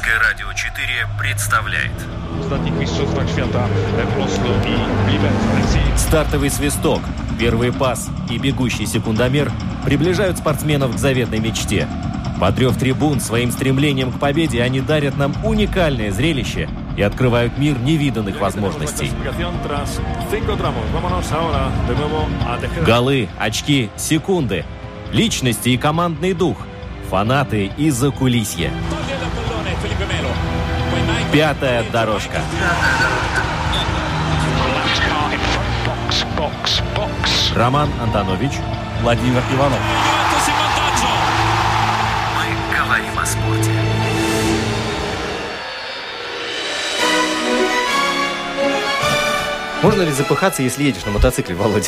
Латвийское радио 4 представляет. Стартовый свисток, первый пас и бегущий секундомер приближают спортсменов к заветной мечте. Потрев трибун своим стремлением к победе, они дарят нам уникальное зрелище и открывают мир невиданных возможностей. Голы, очки, секунды, личности и командный дух, фанаты и закулисье. Пятая дорожка. Роман Антонович, Владимир Иванов. Мы говорим о спорте. Можно ли запыхаться, если едешь на мотоцикле, Володя?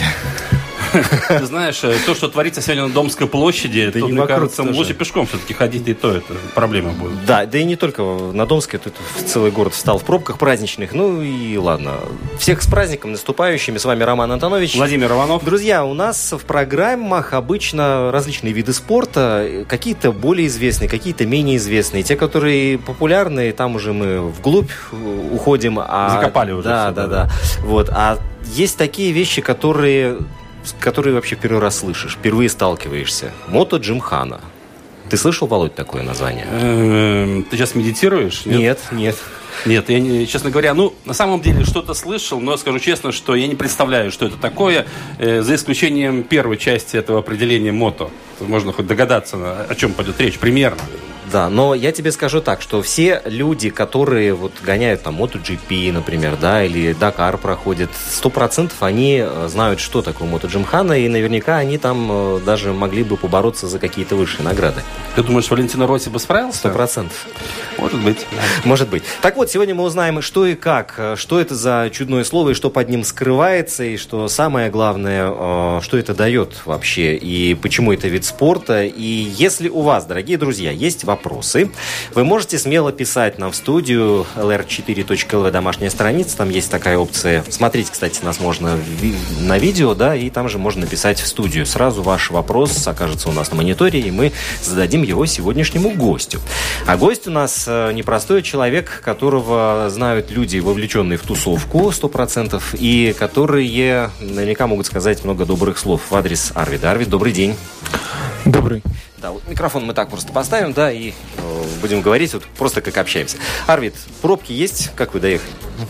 Ты знаешь, то, что творится сегодня на Домской площади, то, мне кажется, лучше пешком все-таки ходить, и то это проблема будет. Да, да и не только на Домской, тут целый город встал в пробках праздничных. Ну и ладно. Всех с праздником наступающими. С вами Роман Антонович. Владимир Иванов. Друзья, у нас в программах обычно различные виды спорта. Какие-то более известные, какие-то менее известные. Те, которые популярны, там уже мы вглубь уходим. Закопали уже. Да. Вот. А есть такие вещи, которые вообще первый раз слышишь, впервые сталкиваешься. Мото-джимхана. Ты слышал, Володь, такое название? Ты сейчас медитируешь? Нет. Нет, я, честно говоря, на самом деле что-то слышал, но скажу честно, что я не представляю, что это такое, за исключением первой части этого определения мото. Можно хоть догадаться, о чем пойдет речь, примерно. Да, но я тебе скажу так, что все люди, которые вот гоняют там MotoGP, например, да, или Дакар проходят, 100% они знают, что такое мото-джимхана, и наверняка они там даже могли бы побороться за какие-то высшие награды. Ты думаешь, Валентино Росси бы справился? 100%. Может быть. Может быть. Так вот, сегодня мы узнаем, что и как, что это за чудное слово, и что под ним скрывается, и что самое главное, что это дает вообще, и почему это вид спорта. И если у вас, дорогие друзья, есть вопросы, вы можете смело писать нам в студию lr4.lv, домашняя страница, там есть такая опция. Смотреть, кстати, нас можно на видео, да, и там же можно написать в студию. Сразу ваш вопрос окажется у нас на мониторе, и мы зададим его сегодняшнему гостю. А гость у нас непростой человек, которого знают люди, вовлеченные в тусовку 100%, и которые наверняка могут сказать много добрых слов в адрес Арвида. Арвид, добрый день. Добрый. Да, вот микрофон мы так просто поставим, да, и будем говорить вот просто как общаемся. Арвид, пробки есть? Как вы доехали?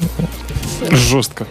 Жестко.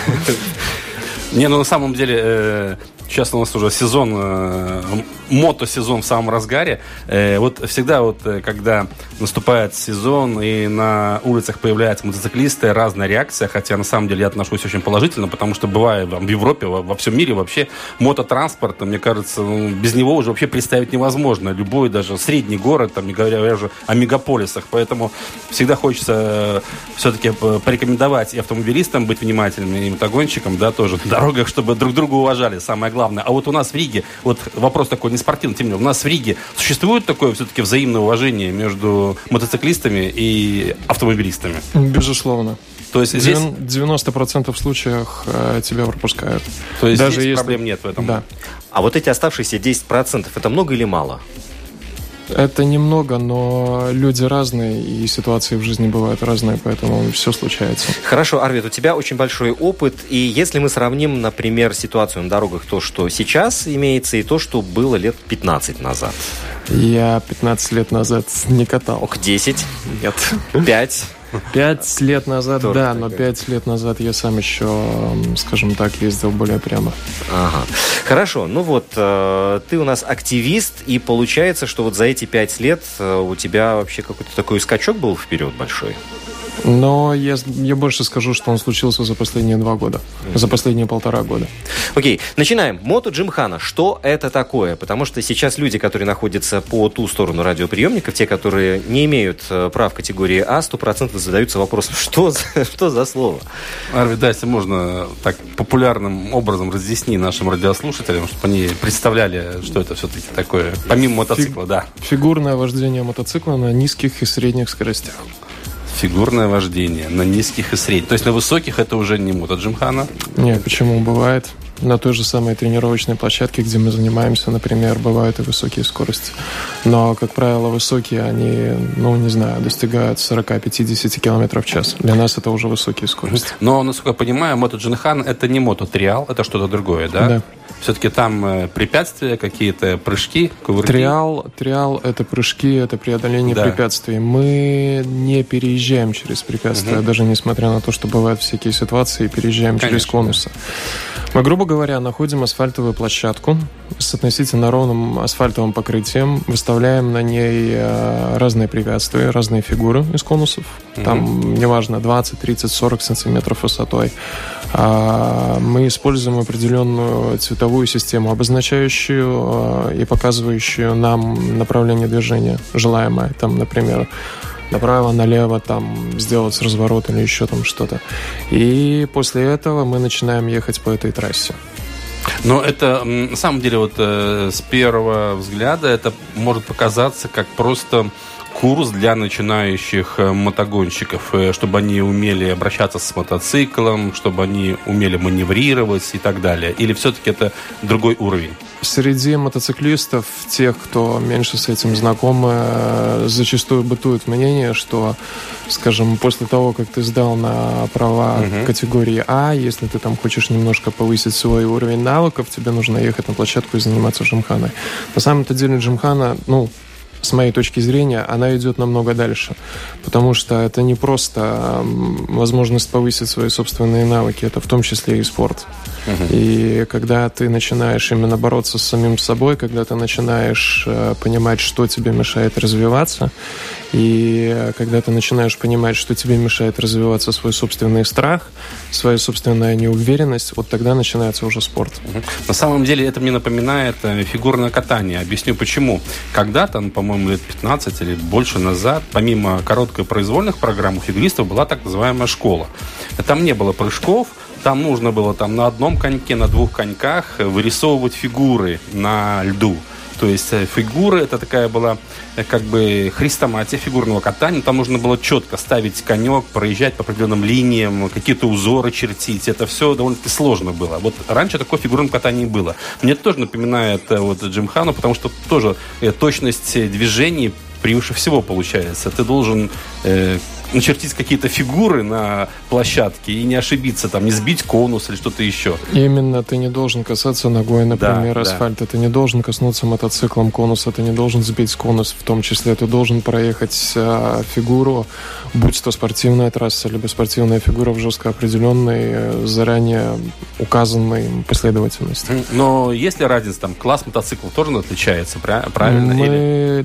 На самом деле, сейчас у нас уже сезон, мотосезон в самом разгаре. Вот всегда, когда наступает сезон и на улицах появляются мотоциклисты, разная реакция, хотя на самом деле я отношусь очень положительно, потому что бывает в Европе, во всем мире вообще мототранспорт, мне кажется, без него уже вообще представить невозможно. Любой даже средний город, там, не говоря уже о мегаполисах, поэтому всегда хочется все-таки порекомендовать и автомобилистам быть внимательными, и мотогонщикам, да, тоже на дорогах, чтобы друг друга уважали, самое главное. А вот у нас в Риге, вот вопрос такой не спортивный, тем не менее, у нас в Риге существует такое все-таки взаимное уважение между мотоциклистами и автомобилистами? Безусловно. То есть здесь 90% случаев тебя пропускают. То есть даже здесь если проблем нет в этом? Да. А вот эти оставшиеся 10%, это много или мало? Это немного, но люди разные, и ситуации в жизни бывают разные, поэтому все случается. Хорошо, Арвид, у тебя очень большой опыт, и если мы сравним, например, ситуацию на дорогах, то, что сейчас имеется, и то, что было лет 15 назад. Я 15 лет назад не катал. 10? Нет. 5? 5 лет назад, тоже да, такая. но 5 лет назад я сам еще, скажем так, ездил более прямо. Ага. Хорошо, ты у нас активист, и получается, что вот за эти 5 лет у тебя вообще какой-то такой скачок был вперед большой? Но я больше скажу, что он случился за последние 2 года. За последние 1,5 года. Окей, начинаем. Мото-джимхана. Что это такое? Потому что сейчас люди, которые находятся по ту сторону радиоприемников, те, которые не имеют прав категории А, 100% задаются вопросом, что за слово? Арвид, да, если можно так популярным образом разъясни нашим радиослушателям, чтобы они представляли, что это все-таки такое, помимо мотоцикла, да. Фигурное вождение мотоцикла на низких и средних скоростях. Фигурное вождение на низких и средних. То есть на высоких это уже не мото-джимхана? Нет, почему? Бывает. На той же самой тренировочной площадке, где мы занимаемся, например, бывают и высокие скорости. Но, как правило, высокие, они, достигают 40-50 км в час. Для нас это уже высокие скорости. Но, насколько я понимаю, Мото-Джинхан — это не мото-триал, это что-то другое, да? Да. Все-таки там препятствия, какие-то прыжки, кувырки? Триал — это прыжки, это преодоление препятствий. Мы не переезжаем через препятствия, даже несмотря на то, что бывают всякие ситуации, переезжаем через конусы. Мы, грубо говоря, находим асфальтовую площадку с относительно ровным асфальтовым покрытием, выставляем на ней разные препятствия, разные фигуры из конусов. Там, неважно, 20, 30, 40 сантиметров высотой. Мы используем определенную цветовую систему, обозначающую и показывающую нам направление движения желаемое. Там, например, направо, налево, там, сделать разворот или еще там что-то. И после этого мы начинаем ехать по этой трассе. Но это, на самом деле, вот с первого взгляда это может показаться как просто курс для начинающих мотогонщиков, чтобы они умели обращаться с мотоциклом, чтобы они умели маневрировать и так далее. Или все-таки это другой уровень? Среди мотоциклистов, тех, кто меньше с этим знакомы, зачастую бытует мнение, что, скажем, после того, как ты сдал на права категории А, если ты там хочешь немножко повысить свой уровень навыков, тебе нужно ехать на площадку и заниматься джимханой. На самом-то деле джимхана, с моей точки зрения, она идет намного дальше. Потому что это не просто возможность повысить свои собственные навыки, это в том числе и спорт. И когда ты начинаешь именно бороться с самим собой, когда ты начинаешь понимать, что тебе мешает развиваться, и когда ты начинаешь понимать, что тебе мешает развиваться свой собственный страх, своя собственная неуверенность, вот тогда начинается уже спорт. На самом деле это мне напоминает фигурное катание. Объясню почему. Когда-то, по-моему, лет 15 или больше назад, помимо короткой произвольных программ, у фигуристов была так называемая школа. Там не было прыжков, там нужно было на одном коньке, на двух коньках вырисовывать фигуры на льду. То есть фигуры, это такая была как бы хрестоматия фигурного катания. Там нужно было четко ставить конек, проезжать по определенным линиям, какие-то узоры чертить. Это все довольно-таки сложно было. Вот раньше такое фигурное катание было. Мне это тоже напоминает джимхану, потому что тоже точность движений превыше всего получается. Ты должен начертить какие-то фигуры на площадке и не ошибиться, не сбить конус или что-то еще. Именно, ты не должен касаться ногой, например, асфальта, ты не должен коснуться мотоциклом конуса, ты не должен сбить конус, в том числе ты должен проехать фигуру, будь то спортивная трасса, либо спортивная фигура в жестко определенной, заранее указанной последовательности. Но есть ли разница, класс мотоциклов тоже отличается, правильно? Мы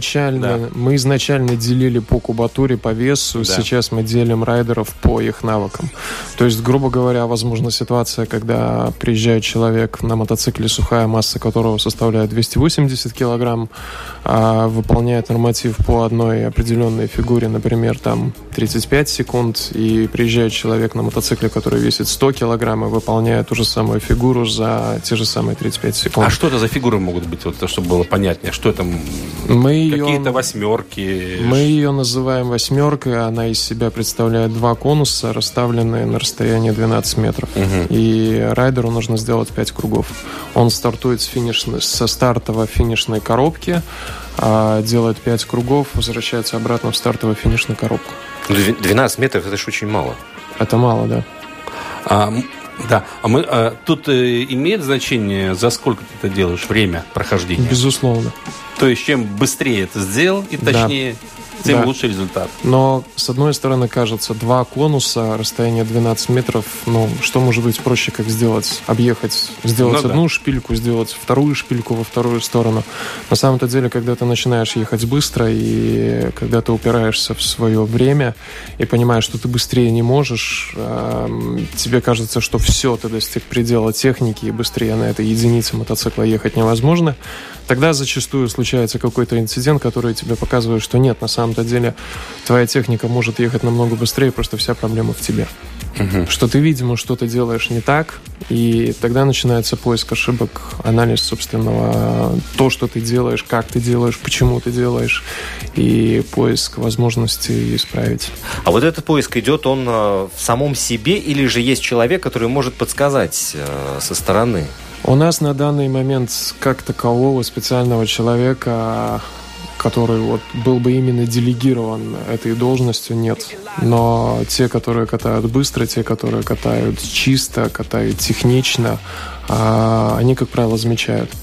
изначально делили по кубатуре, по весу. Сейчас мы делим райдеров по их навыкам. То есть, грубо говоря, возможна ситуация, когда приезжает человек на мотоцикле, сухая масса которого составляет 280 килограмм, выполняет норматив по одной определенной фигуре, например, 35 секунд, и приезжает человек на мотоцикле, который весит 100 килограмм, и выполняет ту же самую фигуру за те же самые 35 секунд. А что это за фигуры могут быть, чтобы было понятнее? Что это? Какие-то восьмерки? Мы ее называем восьмеркой. Она из себя представляет два конуса, расставленные на расстоянии 12 метров. И райдеру нужно сделать 5 кругов. Он стартует со стартово-финишной коробки, делает 5 кругов, возвращается обратно в стартово-финишную коробку. 12 метров – это же очень мало. Это мало, да. Тут имеет значение, за сколько ты это делаешь, время прохождения? Безусловно. То есть, чем быстрее это сделал и точнее, тем лучше результат. Но, с одной стороны, кажется, два конуса, расстояние 12 метров, что может быть проще, как сделать одну шпильку, сделать вторую шпильку во вторую сторону. На самом-то деле, когда ты начинаешь ехать быстро, и когда ты упираешься в свое время, и понимаешь, что ты быстрее не можешь, тебе кажется, что все, ты достиг предела техники, и быстрее на этой единице мотоцикла ехать невозможно, тогда зачастую случается какой-то инцидент, который тебе показывает, что нет, на самом-то деле твоя техника может ехать намного быстрее, просто вся проблема в тебе. Что ты, видимо, что-то делаешь не так, и тогда начинается поиск ошибок, анализ собственного, то, что ты делаешь, как ты делаешь, почему ты делаешь, и поиск возможностей исправить. А вот этот поиск идет он в самом себе, или же есть человек, который может подсказать со стороны? У нас на данный момент как такового специального человека, который вот был бы именно делегирован этой должностью, нет. Но те, которые катают быстро, те, которые катают чисто, катают технично, они, как правило, замечают.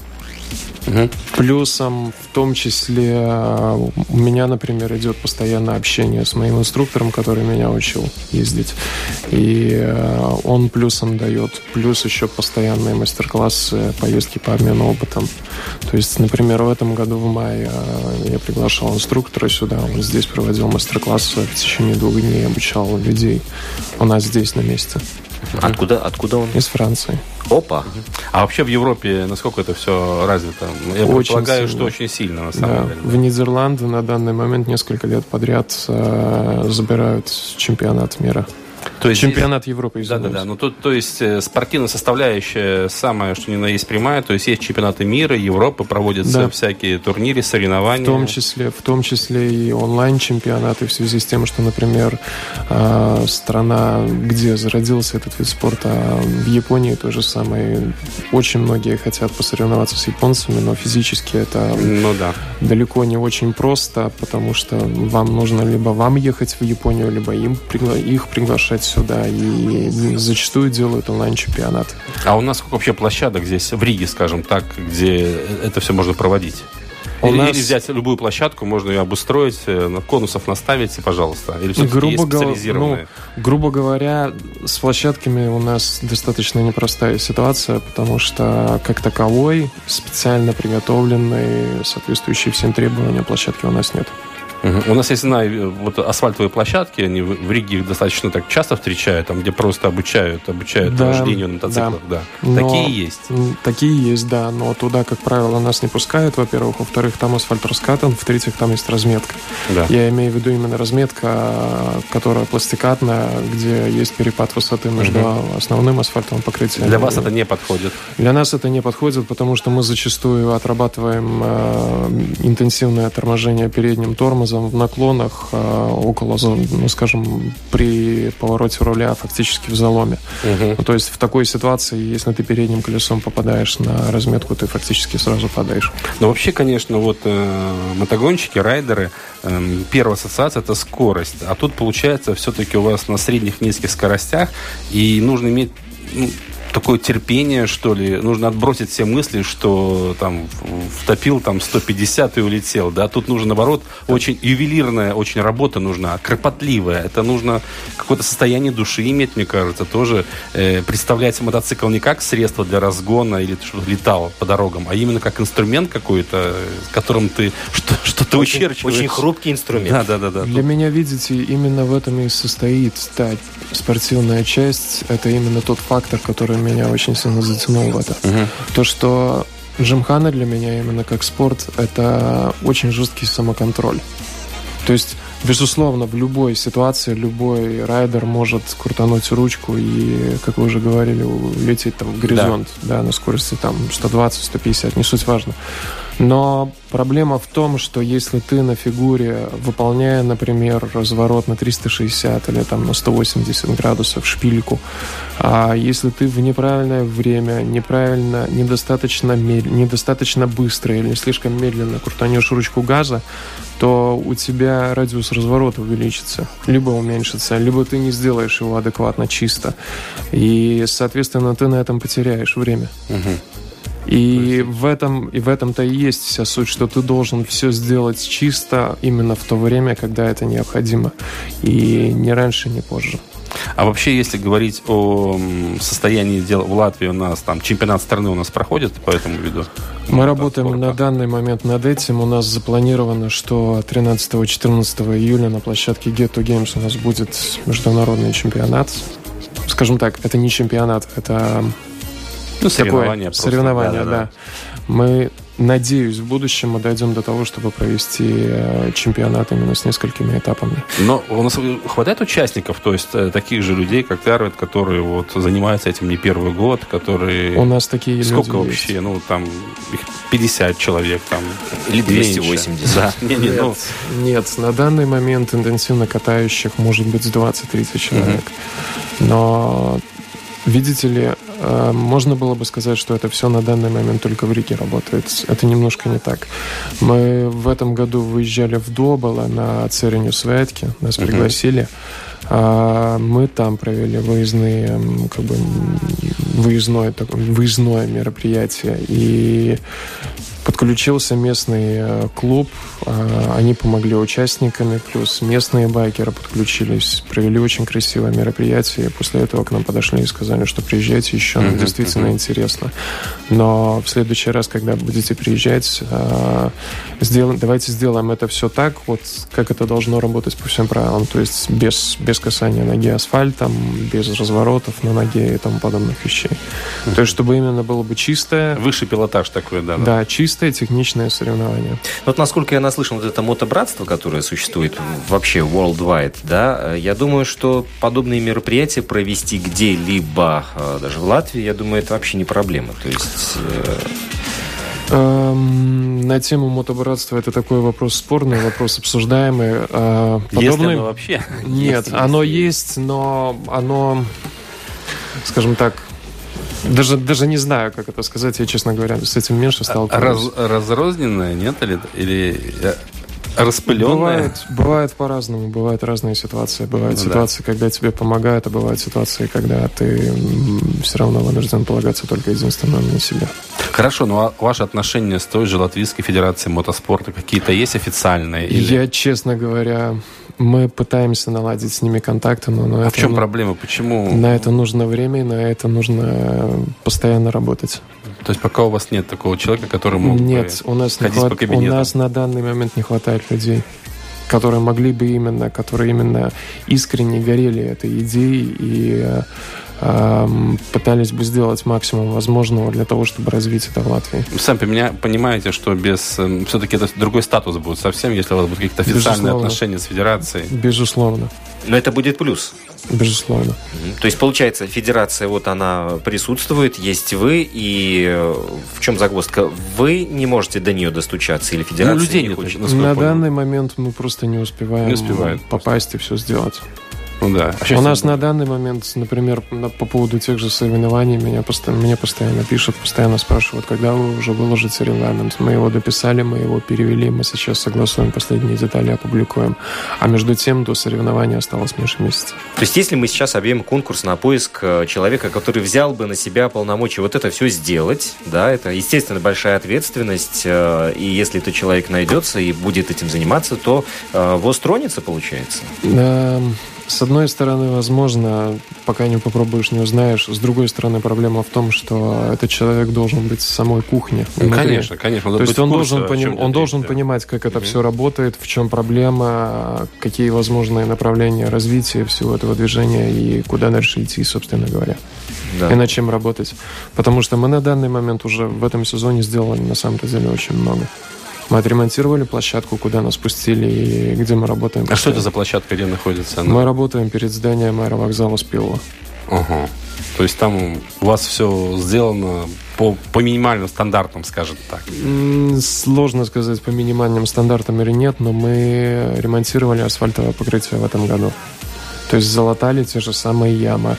Плюсом в том числе у меня, например, идет постоянное общение с моим инструктором, который меня учил ездить. И он плюсом дает. Плюс еще постоянные мастер-классы, поездки по обмену опытом. То есть, например, в этом году в мае я приглашал инструктора сюда. Он здесь проводил мастер-классы в течение 2 дней, обучал людей у нас здесь на месте. Откуда он? Из Франции. Опа! А вообще в Европе насколько это все развито? Я предполагаю, что очень сильно, на самом деле. В Нидерланды на данный момент несколько лет подряд забирают чемпионат мира. То есть чемпионат Европы, извиняюсь. Да. Ну, то есть спортивная составляющая самая, что ни на есть прямая. То есть есть чемпионаты мира, Европы, проводятся всякие турниры, соревнования. В том числе и онлайн-чемпионаты, в связи с тем, что, например, страна, где зародился этот вид спорта, в Японии то же самое. Очень многие хотят посоревноваться с японцами, но физически это далеко не очень просто, потому что вам нужно либо вам ехать в Японию, либо их приглашать сюда, и зачастую делают онлайн-чемпионат. А у нас сколько вообще площадок здесь, в Риге, скажем так, где это все можно проводить? Или взять любую площадку, можно ее обустроить, конусов наставить, и пожалуйста. Или все-таки есть специализированные? Грубо говоря, с площадками у нас достаточно непростая ситуация, потому что, как таковой, специально приготовленной, соответствующей всем требованиям площадки у нас нет. У нас, я знаю, вот асфальтовые площадки, они в Риге их достаточно так часто встречают, там, где просто обучают вождению на мотоциклах. Да. Такие есть? Такие есть, да, но туда, как правило, нас не пускают, во-первых. Во-вторых, там асфальт раскатан, в-третьих, там есть разметка. Да. Я имею в виду именно разметка, которая пластикатная, где есть перепад высоты между основным асфальтовым покрытием. Для вас это не подходит? Для нас это не подходит, потому что мы зачастую отрабатываем интенсивное торможение передним тормозом, в наклонах около, скажем, при повороте руля фактически в заломе. То есть в такой ситуации, если ты передним колесом попадаешь на разметку, ты фактически сразу падаешь. Но вообще, конечно, вот мотогонщики, райдеры, первая ассоциация – это скорость. А тут, получается, все-таки у вас на средних низких скоростях, и нужно иметь такое терпение, что ли, нужно отбросить все мысли, что там втопил там 150 и улетел, да, тут нужно, наоборот, очень ювелирная, очень работа нужна, кропотливая, это нужно какое-то состояние души иметь, мне кажется, тоже представлять мотоцикл не как средство для разгона или чтобы летал по дорогам, а именно как инструмент какой-то, которым ты что-то учерчиваешь. Очень хрупкий инструмент. Да. Для меня, видите, именно в этом и состоит спортивная часть, это именно тот фактор, который меня очень сильно затянул в это. То, что джимхана для меня именно как спорт, это очень жесткий самоконтроль. То есть, безусловно, в любой ситуации любой райдер может крутануть ручку и, как вы уже говорили, улететь там в горизонт, на скорости там 120-150, не суть важно. Но проблема в том, что если ты на фигуре, выполняя, например, разворот на 360 или там на 180 градусов, шпильку, а если ты в неправильное время, недостаточно быстро или слишком медленно крутанешь ручку газа, то у тебя радиус разворота увеличится, либо уменьшится, либо ты не сделаешь его адекватно чисто. И, соответственно, ты на этом потеряешь время. И в этом-то и есть вся суть, что ты должен все сделать чисто именно в то время, когда это необходимо. И не раньше, не позже. А вообще, если говорить о состоянии дел в Латвии, у нас там чемпионат страны у нас проходит по этому виду? Мы работаем на данный момент над этим. У нас запланировано, что 13-14 июля на площадке Get to Games у нас будет международный чемпионат. Скажем так, это не чемпионат, это... соревнования. Соревнования, да. Мы, надеюсь, в будущем мы дойдем до того, чтобы провести чемпионат именно с несколькими этапами. Но у нас хватает участников, то есть таких же людей, как ты, Арвид, которые вот занимаются этим не первый год, которые... У нас такие Сколько люди вообще? есть. Ну, там, их 50 человек, там... Или 280. Да. Нет, на данный момент интенсивно катающих может быть 20-30 человек. Но, видите ли, можно было бы сказать, что это все на данный момент только в Риге работает. Это немножко не так. Мы в этом году выезжали в Доболо на Цереню Светки, нас пригласили. Мы там провели выездное мероприятие. И подключился местный клуб, они помогли участниками, плюс местные байкеры подключились, провели очень красивое мероприятие, и после этого к нам подошли и сказали, что приезжайте еще, нам действительно интересно. Но в следующий раз, когда будете приезжать, давайте сделаем это все так, вот как это должно работать по всем правилам, то есть без касания ноги асфальтом, без разворотов на ноге и тому подобных вещей. То есть, чтобы именно было бы чистое... Высший пилотаж такой, да. Да, чистое техничное соревнование. Вот насколько я наслышан, вот это мотобратство, которое существует вообще worldwide, да, я думаю, что подобные мероприятия провести где-либо, даже в Латвии, я думаю, это вообще не проблема. То есть... На тему мотобратства это такой вопрос спорный, вопрос обсуждаемый. Подобный... Есть оно вообще? Нет, оно есть, но оно, скажем так, даже не знаю, как это сказать, я, честно говоря, с этим меньше сталкиваюсь. Разрозненное, нет? Или распыленное? Бывает по-разному, бывают разные ситуации. Бывают ситуации, когда тебе помогают, а бывают ситуации, когда ты все равно вынужден полагаться только единственно на себя. Хорошо, ну а ваши отношения с той же Латвийской Федерацией мотоспорта какие-то есть официальные? Или... Я, честно говоря, мы пытаемся наладить с ними контакты, но в чем проблема? Почему? На это нужно время, и на это нужно постоянно работать. То есть пока у вас нет такого человека, который мог Нет, у нас на данный момент не хватает людей, которые могли бы которые именно искренне горели этой идеей и пытались бы сделать максимум возможного для того, чтобы развить это в Латвии. Вы сами понимаете, что все-таки это другой статус будет совсем, если у вас будут какие-то официальные отношения с федерацией? Безусловно. Но это будет плюс. Безусловно. То есть, получается, федерация, вот она присутствует, есть вы, и в чем загвоздка? Вы не можете до нее достучаться, или федерация людей не хочет? На данный момент мы просто не успеваем попасть и все сделать. Ну да. У нас на данный момент, например, по поводу тех же соревнований мне постоянно пишут, постоянно спрашивают, когда вы уже выложите регламент. Мы его дописали, мы его перевели, мы сейчас согласуем последние детали, опубликуем. А между тем до соревнования осталось меньше месяца. То есть, если мы сейчас объявим конкурс на поиск человека, который взял бы на себя полномочия вот это все сделать, да, это, естественно, большая ответственность, и если этот человек найдется и будет этим заниматься, то ВОЗ тронется, получается? С одной стороны, возможно, пока не попробуешь, не узнаешь. С другой стороны, проблема в том, что этот человек должен быть в самой кухне. Ну, конечно. То есть он должен понимать, как это все работает, в чем проблема, какие возможные направления развития всего этого движения и куда дальше идти, собственно говоря. Да. И над чем работать. Потому что мы на данный момент уже в этом сезоне сделали на самом деле очень много. Мы отремонтировали площадку, куда нас пустили и где мы работаем. А что это за площадка, где находится? Мы работаем перед зданием аэровокзала Спилова. Ага. То есть там у вас все сделано по минимальным стандартам, скажем так? Сложно сказать, по минимальным стандартам или нет, но мы ремонтировали асфальтовое покрытие в этом году. То есть залатали те же самые ямы,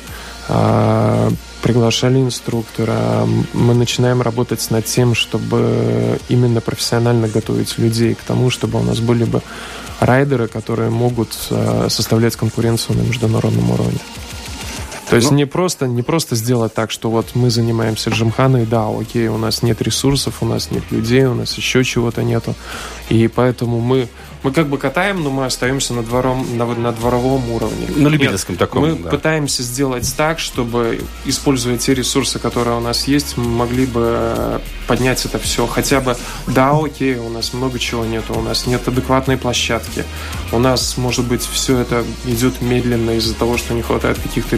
приглашали инструктора. Мы начинаем работать над тем, чтобы именно профессионально готовить людей к тому, чтобы у нас были бы райдеры, которые могут составлять конкуренцию на международном уровне. То есть не просто сделать так, что вот мы занимаемся джимханой, да, окей, у нас нет ресурсов, у нас нет людей, у нас еще чего-то нету. И поэтому мы как бы катаем, но мы остаемся на дворовом уровне. На любительском таком, мы пытаемся сделать так, чтобы, используя те ресурсы, которые у нас есть, мы могли бы поднять это все. Хотя бы, да, окей, у нас много чего нету, у нас нет адекватной площадки. У нас, может быть, все это идет медленно из-за того, что не хватает каких-то ресурсов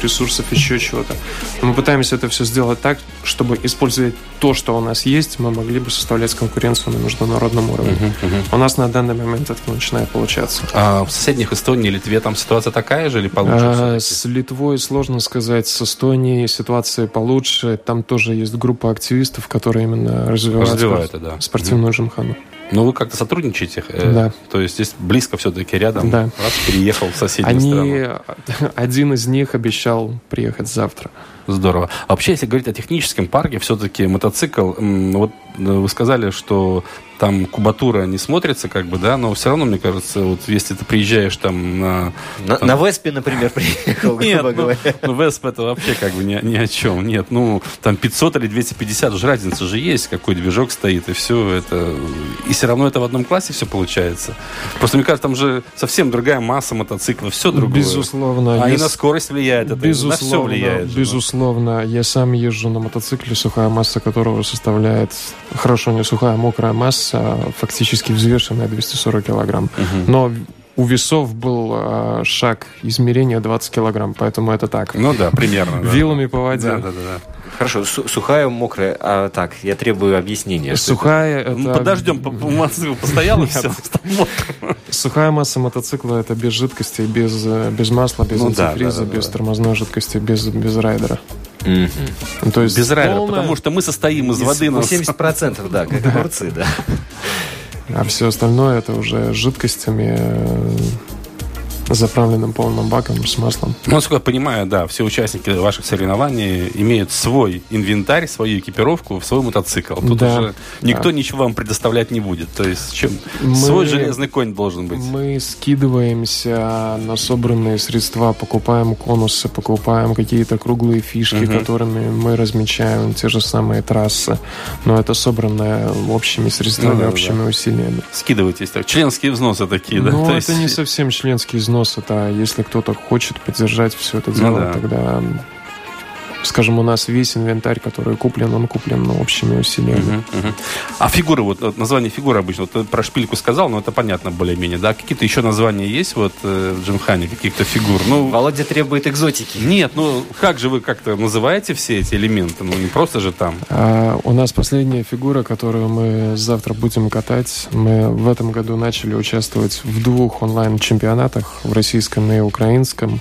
конкурсов, еще чего-то. Мы пытаемся это все сделать так, чтобы, используя то, что у нас есть, мы могли бы составлять конкуренцию на международном уровне. У нас на данный момент это начинает получаться. А в соседних Эстонии, Литве там ситуация такая же или получше? С Литвой сложно сказать, с Эстонией ситуация получше. Там тоже есть группа активистов, которые именно развивают спортивную джимхану. Ну, вы как-то сотрудничаете? Да. То есть здесь близко все-таки рядом? Да. Раз переехал в соседнюю страну. Один из них обещал приехать завтра. Здорово. А вообще, если говорить о техническом парке, все-таки мотоцикл, вот вы сказали, что там кубатура не смотрится, как бы, да, но все равно, мне кажется, вот если ты приезжаешь там на... На Веспе, например, приехал, грубо говоря. Ну, Весп это вообще как бы ни о чем. Нет, ну, там 500 или 250, уже разница же есть, какой движок стоит, и все это... И все равно это в одном классе все получается. Просто, мне кажется, там же совсем другая масса мотоциклов, все другое. Безусловно. И на скорость влияет это, на все влияет. Безусловно. Я сам езжу на мотоцикле, сухая масса которого составляет... Хорошо, не сухая, мокрая масса, фактически взвешенная 240 килограмм. Но у весов был шаг измерения 20 килограмм, поэтому это так. Ну да, примерно. Вилами по воде. Да. Хорошо, сухая, мокрая. Так, я требую объяснения. Сухая это... Мы подождем, мотоцикл постоял и все. Сухая масса мотоцикла это без жидкости, без масла, без антифриза, без тормозной жидкости, без райдера. То есть без райдера, потому что мы состоим из воды. 70%, да, как огурцы, да. А все остальное это уже жидкостями, заправленным полным баком с маслом. Ну, насколько я понимаю, да, все участники ваших соревнований имеют свой инвентарь, свою экипировку, свой мотоцикл. Тут уже никто ничего вам предоставлять не будет. То есть свой железный конь должен быть. Мы скидываемся на собранные средства, покупаем конусы, покупаем какие-то круглые фишки, которыми мы размечаем те же самые трассы. Но это собранное общими средствами, общими усилиями. Скидываетесь так. Членские взносы такие, да? Ну, это не совсем членский взнос. Это если кто-то хочет поддержать все это дело, тогда, скажем, у нас весь инвентарь, который куплен, он куплен общими усилиями. А фигуры, вот название фигуры обычно, вот про шпильку сказал, но это понятно более-менее, да? Какие-то еще названия есть вот в джимхане, каких-то фигур? Ну, Володя требует экзотики. Нет, ну как же вы как-то называете все эти элементы? Ну не просто же там. У нас последняя фигура, которую мы завтра будем катать. Мы в этом году начали участвовать в 2 онлайн-чемпионатах, в российском и украинском.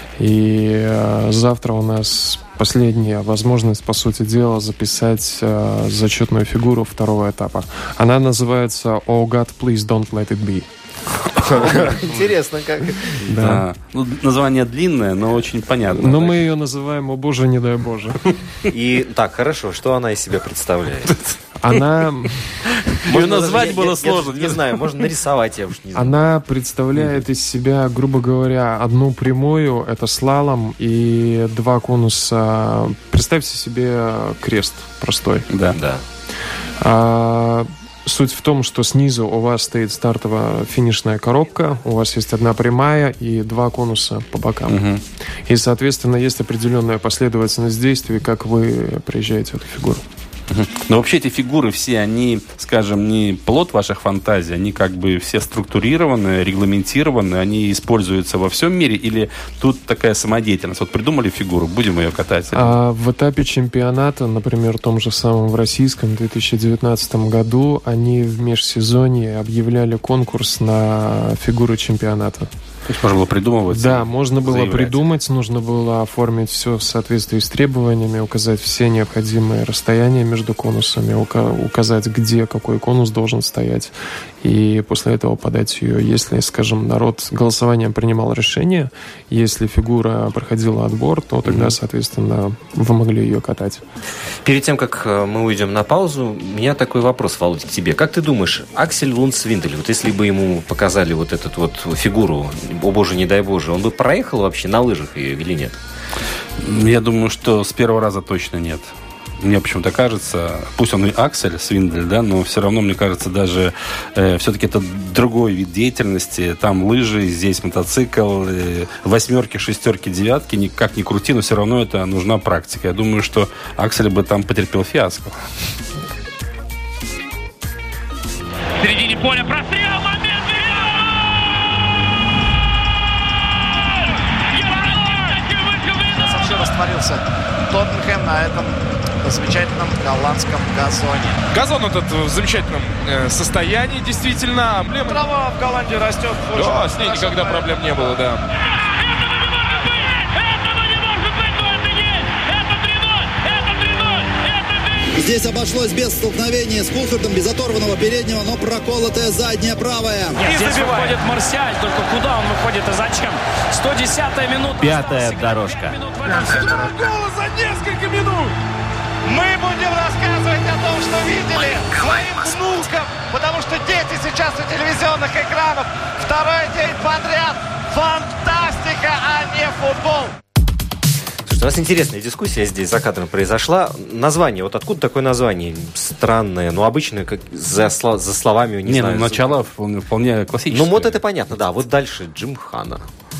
И завтра у нас последняя возможность, по сути дела, записать зачетную фигуру 2-го этапа. Она называется «Oh God, please don't let it be». Интересно, как. Да. Ну, название длинное, но очень понятно. Но мы ее называем «О Боже, не дай Боже». И так, хорошо, что она из себя представляет? Она... Ее назвать было сложно. Не знаю, можно нарисовать, я уж не знаю. Она представляет из себя, грубо говоря, одну прямую, это слалом, и 2 конуса. Представьте себе крест простой. Да. Суть в том, что снизу у вас стоит стартово-финишная коробка, у вас есть 1 прямая и 2 конуса по бокам. И, соответственно, есть определенная последовательность действий, как вы приезжаете в эту фигуру. Но вообще эти фигуры все, они, скажем, не плод ваших фантазий, они как бы все структурированы, регламентированы, они используются во всем мире, или тут такая самодеятельность? Вот придумали фигуру, будем ее катать? В этапе чемпионата, например, в том же самом в российском 2019 году, они в межсезонье объявляли конкурс на фигуры чемпионата. То есть можно было придумывать? Да, можно было придумать, нужно было оформить все в соответствии с требованиями, указать все необходимые расстояния между конусами, указать, где какой конус должен стоять, и после этого подать ее. Если, скажем, народ голосованием принимал решение, если фигура проходила отбор, то тогда, соответственно, вы могли ее катать. Перед тем, как мы уйдем на паузу, у меня такой вопрос, Володь, к тебе. Как ты думаешь, Аксель Лунд Свиндель, вот если бы ему показали вот эту вот фигуру, о боже, не дай боже, он бы проехал вообще на лыжах ее или нет? Я думаю, что с первого раза точно нет. Мне почему-то кажется, пусть он и Аксель Свиндель, да, но все равно, мне кажется, даже все-таки это другой вид деятельности. Там лыжи, здесь мотоцикл, 8, 6, 9, никак не крути, но все равно это нужна практика. Я думаю, что Аксель бы там потерпел фиаско. В середине поля прострел, момент! растворился Тоттенхэм на этом замечательном голландском газоне. Газон этот в замечательном состоянии, действительно. Эмблема... Трава в Голландии растет. Да, с ней никогда проблем не было, да. Здесь обошлось без столкновения с Кулхардом, без оторванного переднего, но проколотая задняя правая. Здесь выходит Марсиаль, только куда он выходит и зачем? 110-я минута. Пятая дорожка. Второй гол за несколько минут. Мы будем рассказывать о том, что видели своим внукам, потому что дети сейчас у телевизионных экранов. Второй день подряд. Фантастика, а не футбол. У нас интересная дискуссия здесь за кадром произошла. Название, вот откуда такое название? Странное, но обычно как за словами, не знаю. Начало вполне классическое. Ну, вот это понятно, да. Вот дальше Джимхана.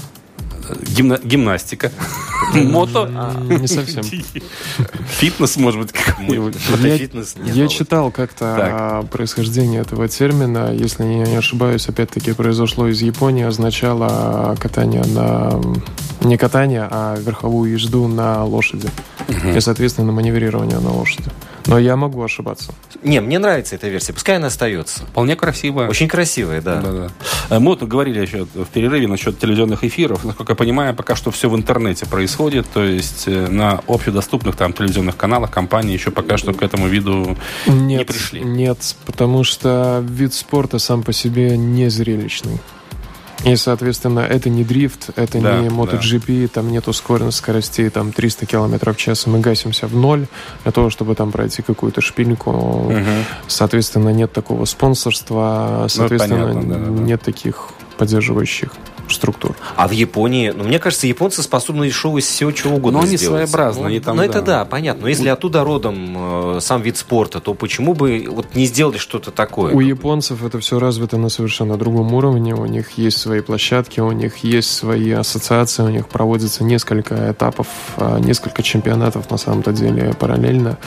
Гимнастика. Мото. Не совсем. Фитнес, может быть, какой-нибудь. Я читал как-то происхождение этого термина. Если не ошибаюсь, опять-таки произошло из Японии. Означало катание на... Не катание, а верховую езду на лошади. И, соответственно, маневрирование на лошади. Но я могу ошибаться. Не, мне нравится эта версия. Пускай она остается. Вполне красивая. Очень красивая, да. Мы вот говорили еще в перерыве насчет телевизионных эфиров. Насколько я понимаю, пока что все в интернете происходит. То есть на общедоступных там телевизионных каналах компании еще пока что к этому виду не пришли. Нет, потому что вид спорта сам по себе не зрелищный. И, соответственно, это не дрифт, это не MotoGP, там нет ускоренных скоростей, там 300 км в час, и мы гасимся в ноль для того, чтобы там пройти какую-то шпильку. Соответственно, нет такого спонсорства, соответственно, нет таких поддерживающих структур. А в Японии, мне кажется, японцы способны шоу из всего чего угодно сделать. Но они своеобразны. Это да, понятно. Но если оттуда родом сам вид спорта, то почему бы вот не сделали что-то такое? У японцев это все развито на совершенно другом уровне. У них есть свои площадки, у них есть свои ассоциации, у них проводится несколько этапов, несколько чемпионатов на самом-то деле параллельно,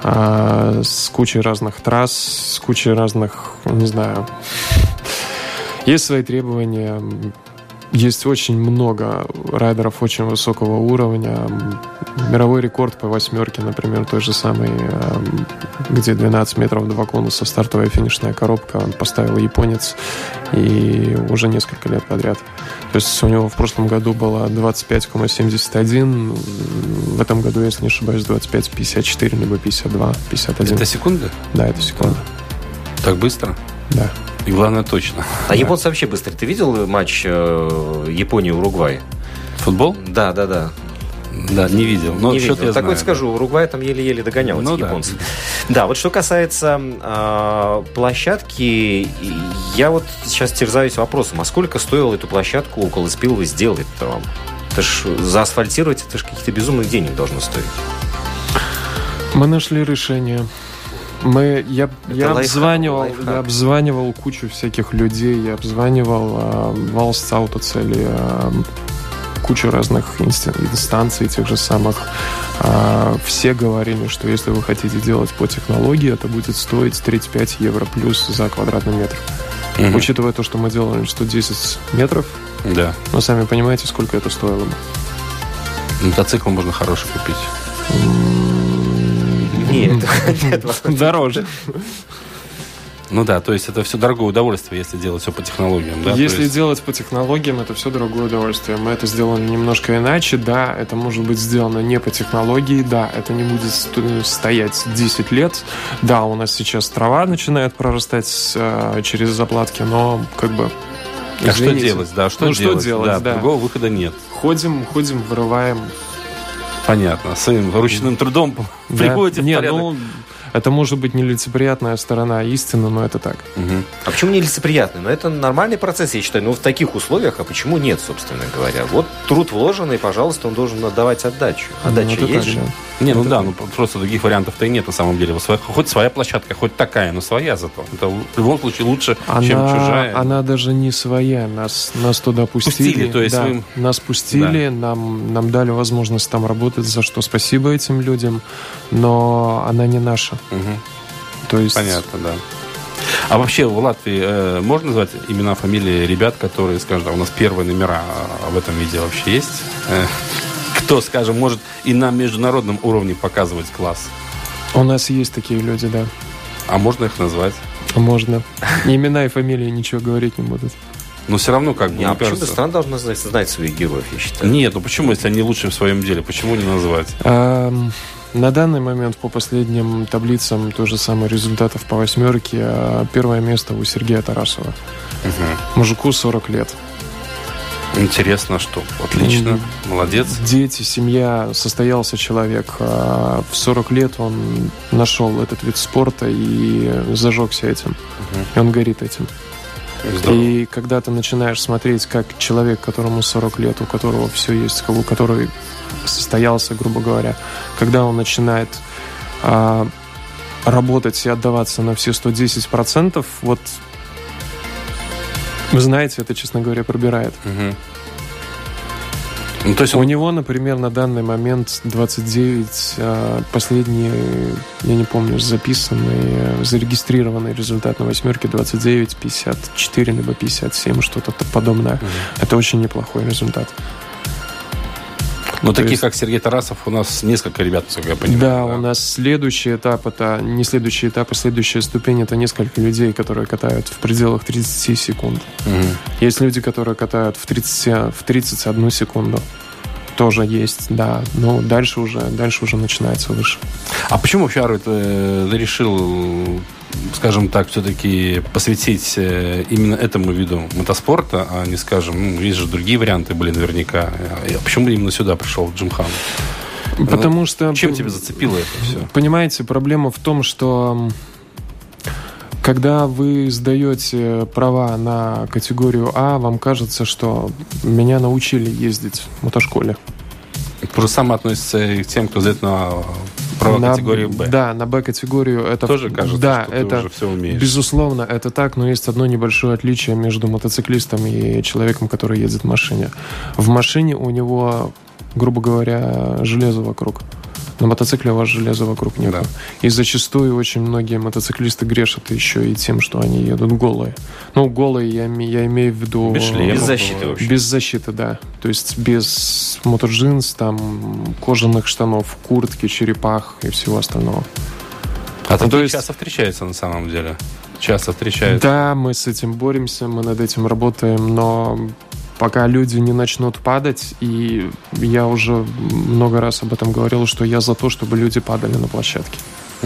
с кучей разных трасс, с кучей разных, не знаю... Есть свои требования, есть очень много райдеров очень высокого уровня. Мировой рекорд по восьмерке, например, той же самой, где 12 метров 2 конуса, стартовая финишная коробка, поставил японец, и уже несколько лет подряд. То есть у него в прошлом году было 25,71, в этом году, если не ошибаюсь, 25,54, либо 52, 51. Это секунды? Да, это секунда. Так быстро? Да. И главное, точно. А японцы вообще быстро. Ты видел матч Япония-Уругвай? Футбол? Да. Да, не видел. Но не видел. Так знаю, вот скажу, Уругвай там еле-еле догонял этих японцев. Да, вот что касается площадки, я вот сейчас терзаюсь вопросом, а сколько стоило эту площадку около Спилвы сделать-то вам? Это ж заасфальтировать, это ж каких-то безумных денег должно стоить. Мы нашли решение. Я обзванивал кучу всяких людей, я обзванивал Валс Аутоцели, кучу разных инстанций, тех же самых. Все говорили, что если вы хотите делать по технологии, это будет стоить 35 евро плюс за квадратный метр. Учитывая то, что мы делали 110 метров, вы сами понимаете, сколько это стоило бы. Мотоцикл можно хороший купить. Нет, дороже. Ну да, то есть это все дорогое удовольствие, если делать все по технологиям, да? Если делать по технологиям, это все дорогое удовольствие. Мы это сделали немножко иначе, да, это может быть сделано не по технологии, да, это не будет стоять 10 лет, да, у нас сейчас трава начинает прорастать через заплатки, но как бы... А что делать, да, что делать, да. Другого выхода нет. Ходим, вырываем. Понятно, своим ручным трудом приводите в порядок. Это может быть нелицеприятная сторона истины, но это так. А почему нелицеприятный? Ну, это нормальный процесс, я считаю. Ну, в таких условиях, а почему нет, собственно говоря? Вот труд вложенный, пожалуйста, он должен отдавать отдачу. Отдача есть же. Просто других вариантов-то и нет на самом деле. Хоть своя площадка, хоть такая, но своя зато. Это в любом случае лучше, чем чужая. Она даже не своя. Нас туда пустили. То есть нас пустили, нам дали возможность там работать, за что спасибо этим людям, но она не наша. То есть... Понятно, да. А вообще в Латвии можно назвать имена, фамилии ребят, которые, скажем, у нас первые номера в этом виде вообще есть? кто, скажем, может и на международном уровне показывать класс? У нас есть такие люди, да. А можно их назвать? Можно. Имена и фамилии ничего говорить не будут. Но все равно как бы... А почему страна должна знать своих героев, я считаю? Нет, ну почему, если они лучшие в своем деле? Почему не назвать? На данный момент по последним таблицам то же самое результатов по восьмерке. Первое место у Сергея Тарасова. Мужику 40 лет. Интересно, что? Отлично, молодец. Дети, семья, состоялся человек. В 40 лет он нашел этот вид спорта и зажегся этим. И он горит этим. Здорово. И когда ты начинаешь смотреть, как человек, которому 40 лет, у которого все есть, у которого состоялся, грубо говоря, когда он начинает работать и отдаваться на все 110%, вот вы знаете, это, честно говоря, пробирает. Ну, то есть У него, например, на данный момент 29 последние, я не помню, записанный, зарегистрированный результат на восьмерке 29, 54, либо 57, что-то подобное. Это очень неплохой результат. Но таких, как Сергей Тарасов, у нас несколько ребят, насколько я понимаю. Да, у нас следующий этап, это не следующий этап, а следующая ступень, это несколько людей, которые катают в пределах 30 секунд. Есть люди, которые катают в 31 секунду. Тоже есть, да. Но дальше уже начинается выше. А почему вообще, Арвид, ты решил, скажем так, все-таки посвятить именно этому виду мотоспорта, а не, скажем, есть же другие варианты были наверняка. А почему именно сюда пришел, в Джимхану? Потому что... Чем тебя зацепило это все? Понимаете, проблема в том, что когда вы сдаете права на категорию А, вам кажется, что меня научили ездить в мотошколе. То же самое относится и к тем, кто сдает на права категории Б. Да, на Б-категорию. Это тоже кажется, да, что это, ты уже все умеешь. Безусловно, это так, но есть одно небольшое отличие между мотоциклистом и человеком, который едет в машине. В машине у него, грубо говоря, железо вокруг. На мотоцикле у вас железа вокруг нет. Да. И зачастую очень многие мотоциклисты грешат еще и тем, что они едут голые. Ну, голые я имею в виду... Без шлема. Без защиты вообще. Без защиты, да. То есть без мотоджинс, там, кожаных штанов, куртки, черепах и всего остального. А такие часто встречаются на самом деле? Часто встречаются? Да, мы с этим боремся, мы над этим работаем, но... Пока люди не начнут падать, и я уже много раз об этом говорил, что я за то, чтобы люди падали на площадке.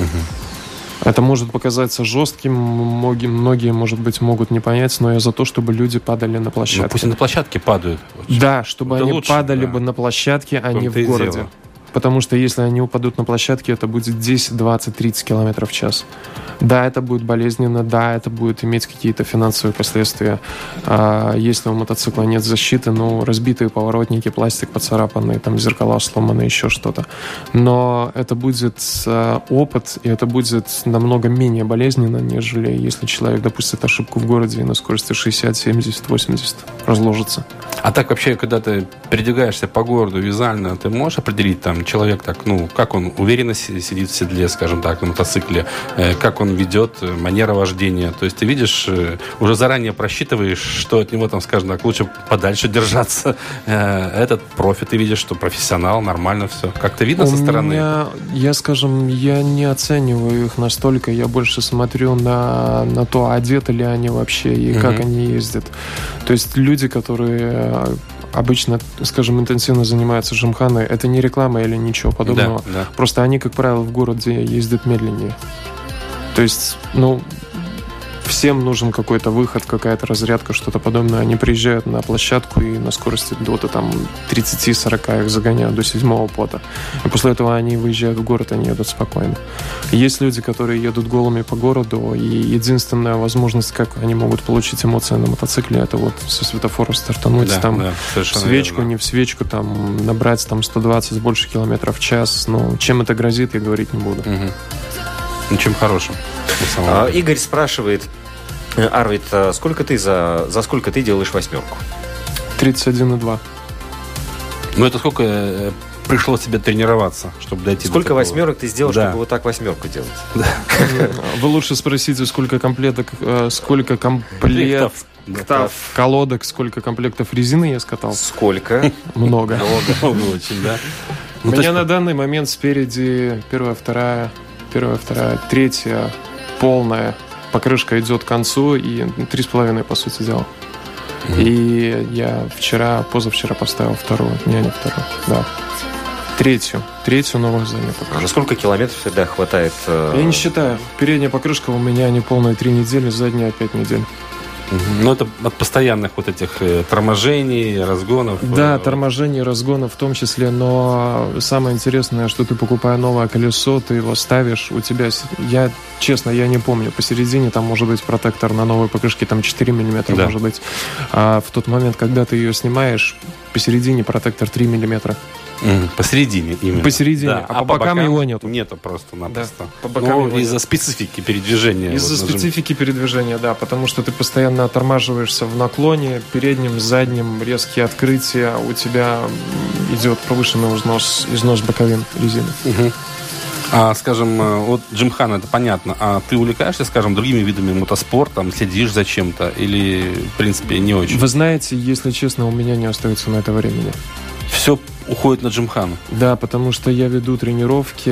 Это может показаться жестким, многие, может быть, могут не понять, но я за то, чтобы люди падали на площадке. Ну, пусть на площадке падают. Да, чтобы это они лучше, падали бы на площадке, а не в городе. Дело. Потому что если они упадут на площадке, это будет 10, 20, 30 км в час. Да, это будет болезненно, да, это будет иметь какие-то финансовые последствия. Если у мотоцикла нет защиты, ну, разбитые поворотники, пластик поцарапанный, там зеркала сломаны, еще что-то. Но это будет опыт, и это будет намного менее болезненно, нежели если человек допустит ошибку в городе и на скорости 60, 70, 80 разложится. А так вообще, когда ты передвигаешься по городу визуально, ты можешь определить там человек так, ну, как он уверенно сидит в седле, скажем так, на мотоцикле, как он ведет, манера вождения. То есть ты видишь, уже заранее просчитываешь, что от него там, скажем так, лучше подальше держаться. Этот профи, ты видишь, что профессионал, нормально все. Как-то видно со стороны? Я не оцениваю их настолько, я больше смотрю на то, одеты ли они вообще и как они ездят. То есть люди, которые обычно, скажем, интенсивно занимаются Джимханой, это не реклама или ничего подобного. Да. Просто они, как правило, в городе ездят медленнее. То есть, всем нужен какой-то выход, какая-то разрядка, что-то подобное. Они приезжают на площадку и на скорости до 30-40 их загоняют до 7-го пота. И после этого они выезжают в город, они едут спокойно. Есть люди, которые едут голыми по городу, и единственная возможность, как они могут получить эмоции на мотоцикле, это вот со светофора стартануть, в свечку, верно. Не в свечку, там, набрать 120 больше километров в час. Но чем это грозит, я говорить не буду. Ничем хорошим. Игорь спрашивает: Арвид, за сколько ты делаешь восьмерку? 31,2. Ну, это сколько пришлось тебе тренироваться, чтобы дойти Сколько до такого. восьмерок ты сделал, Да. чтобы вот так восьмерку делать? Вы лучше спросите, сколько комплектов колодок, сколько комплектов резины я скатал. Сколько? Много. Много очень, да. У меня на данный момент спереди первая, вторая, третья полная покрышка идет к концу, и 3,5, по сути дела. И я позавчера поставил вторую, не вторую, да. Третью новую заднюю покрышку. На сколько километров всегда хватает? Я не считаю. Передняя покрышка у меня неполные 3 недели, задняя 5 недель. Ну, это от постоянных вот этих торможений, разгонов. Да, торможений, разгонов в том числе, но самое интересное, что ты, покупая новое колесо, ты его ставишь, у тебя, честно, я не помню, посередине там может быть протектор на новой покрышке, там 4 миллиметра, да, может быть. А в тот момент, когда ты ее снимаешь, посередине протектор 3 миллиметра. Посередине именно. Посередине, да. А по бокам его нету. Нету просто-напросто. Да, по бокам его из-за специфики передвижения. Из-за специфики передвижения, да, потому что ты постоянно оттормаживаешься в наклоне, передним, задним, резкие открытия, у тебя идет повышенный износ боковин резины. А, скажем, вот Джимхана, это понятно. А ты увлекаешься, скажем, другими видами мотоспорта, следишь за чем-то? Или, в принципе, не очень? Вы знаете, если честно, у меня не остается на это времени. Все уходит на Джимхану? Да, потому что я веду тренировки.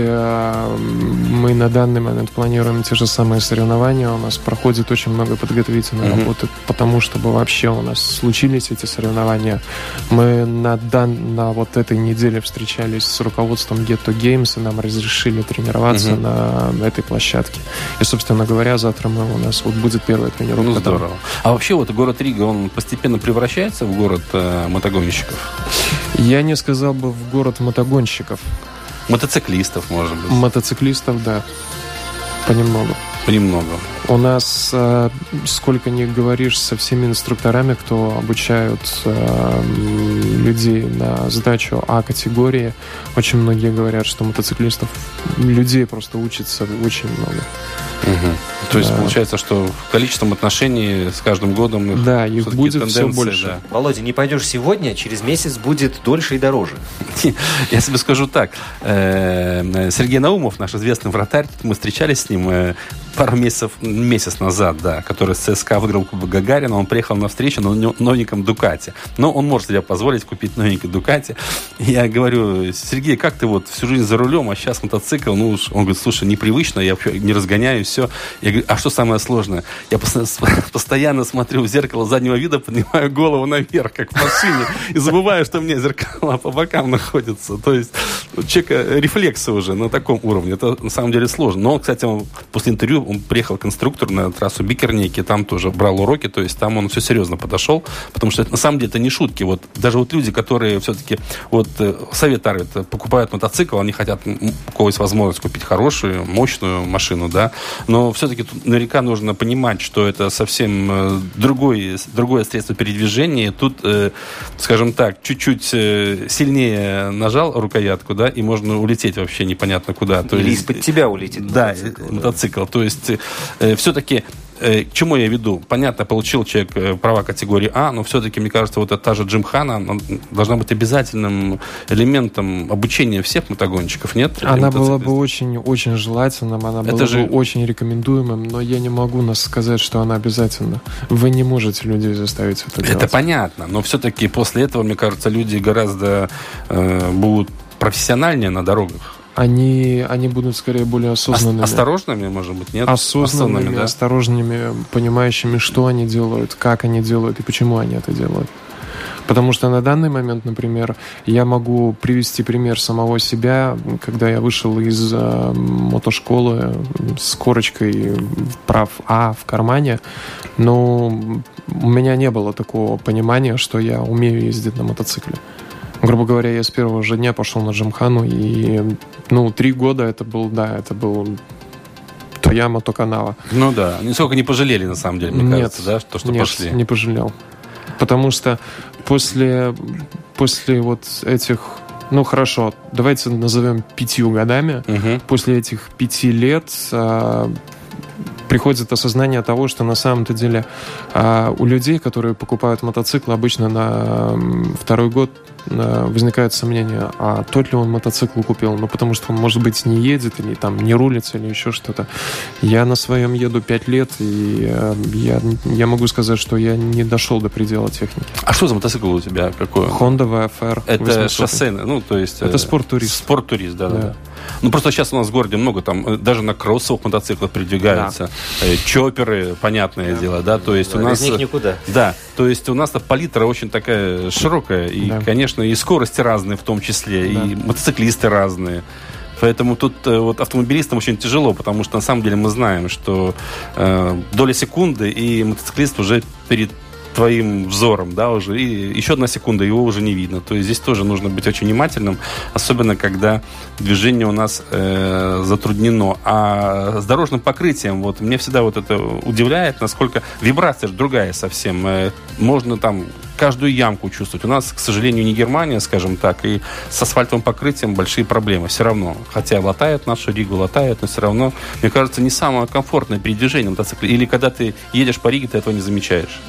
Мы на данный момент планируем те же самые соревнования. У нас проходит очень много подготовительной работы, потому чтобы вообще у нас случились эти соревнования. Мы на вот этой неделе встречались с руководством Get to Games, и нам разрешили тренироваться на этой площадке. И, собственно говоря, завтра у нас вот будет первая тренировка. Ну, здорово. А вообще вот город Рига, он постепенно превращается в город мотогонщиков? Я не сказал бы в город мотогонщиков. Мотоциклистов, может быть. Мотоциклистов, да. Понемногу. У нас, сколько ни говоришь со всеми инструкторами, кто обучают людей на сдачу А-категории, очень многие говорят, что мотоциклистов, людей просто учится очень много. То есть получается, что количеством отношений с каждым годом да, их будет все больше. Да. Володя, не пойдешь сегодня, через месяц будет дольше и дороже. Я себе скажу так. Сергей Наумов, наш известный вратарь, мы встречались с ним месяц назад, да, который с ЦСКА выиграл Кубок Гагарина. Он приехал на встречу на новеньком Дукате. Но он может себе позволить купить новенький Дукати. Я говорю: Сергей, как ты вот всю жизнь за рулем, а сейчас мотоцикл? Ну, он говорит: слушай, непривычно, я вообще не разгоняю, все. Я говорю: а что самое сложное? Я постоянно смотрю в зеркало заднего вида, поднимаю голову наверх, как в машине, и забываю, что у меня зеркала по бокам находятся. То есть у человека рефлексы уже на таком уровне. Это на самом деле сложно. Но, кстати, после интервью он приехал к инструктору на трассу Бикерники, там тоже брал уроки, то есть там он все серьезно подошел, потому что это, на самом деле это не шутки. Вот даже вот люди, которые все-таки вот совет дарят, покупают мотоцикл, они хотят, у кого есть возможность купить хорошую, мощную машину, да, но все-таки тут наверняка нужно понимать, что это совсем другое средство передвижения. Тут, скажем так, чуть-чуть сильнее нажал рукоятку, да, и можно улететь вообще непонятно куда. Или из-под тебя улетит мотоцикл. То есть все-таки к чему я веду? Понятно, получил человек права категории А, но все-таки, мне кажется, вот эта та же Джимхана должна быть обязательным элементом обучения всех мотогонщиков, нет? Она была бы очень желательным, она была бы очень рекомендуемым, но я не могу сказать, что она обязательна. Вы не можете людей заставить это делать. Это понятно, но все-таки после этого, мне кажется, люди гораздо будут профессиональнее на дорогах. Они будут скорее более осознанными. Осторожными, может быть, нет? Осознанными, да? Осторожными, понимающими, что они делают, как они делают и почему они это делают. Потому что на данный момент, например, я могу привести пример самого себя, когда я вышел из мотошколы с корочкой прав А в кармане, но у меня не было такого понимания, что я умею ездить на мотоцикле. Грубо говоря, я с первого же дня пошел на Джимхану, и 3 года это был Твоя мотоканава. Ну да, нисколько не пожалели, на самом деле, мне кажется, да, что пошли. Нет, не пожалел. Потому что после вот этих, хорошо, давайте назовем 5 годами, после этих 5 лет приходит осознание того, что на самом-то деле у людей, которые покупают мотоциклы, обычно на второй год возникает сомнение, а тот ли он мотоцикл купил, потому что он, может быть, не едет или там не рулится или еще что-то. Я на своем еду 5 лет, и я могу сказать, что я не дошел до предела техники. А что за мотоцикл у тебя? Какой? Honda VFR. Это шоссейный, то есть... Это спорт-турист. Спорт-турист, да. Просто сейчас у нас в городе много, там, даже на кроссовых мотоциклах передвигаются. Да. Чопперы, понятное дело, да, то есть у нас... Без них никуда. Да, то есть у нас палитра очень такая широкая, и, конечно, и скорости разные в том числе, и мотоциклисты разные. Поэтому тут вот автомобилистам очень тяжело, потому что на самом деле мы знаем, что доля секунды, и мотоциклист уже перед твоим взором, да, уже, и еще одна секунда, его уже не видно. То есть здесь тоже нужно быть очень внимательным, особенно когда движение у нас затруднено. А с дорожным покрытием, вот, мне всегда вот это удивляет, насколько вибрация же другая совсем. Можно там каждую ямку чувствовать. У нас, к сожалению, не Германия, скажем так, и с асфальтовым покрытием большие проблемы все равно. Хотя латают нашу Ригу, латают, но все равно, мне кажется, не самое комфортное передвижение мотоцикла. Или когда ты едешь по Риге, ты этого не замечаешь?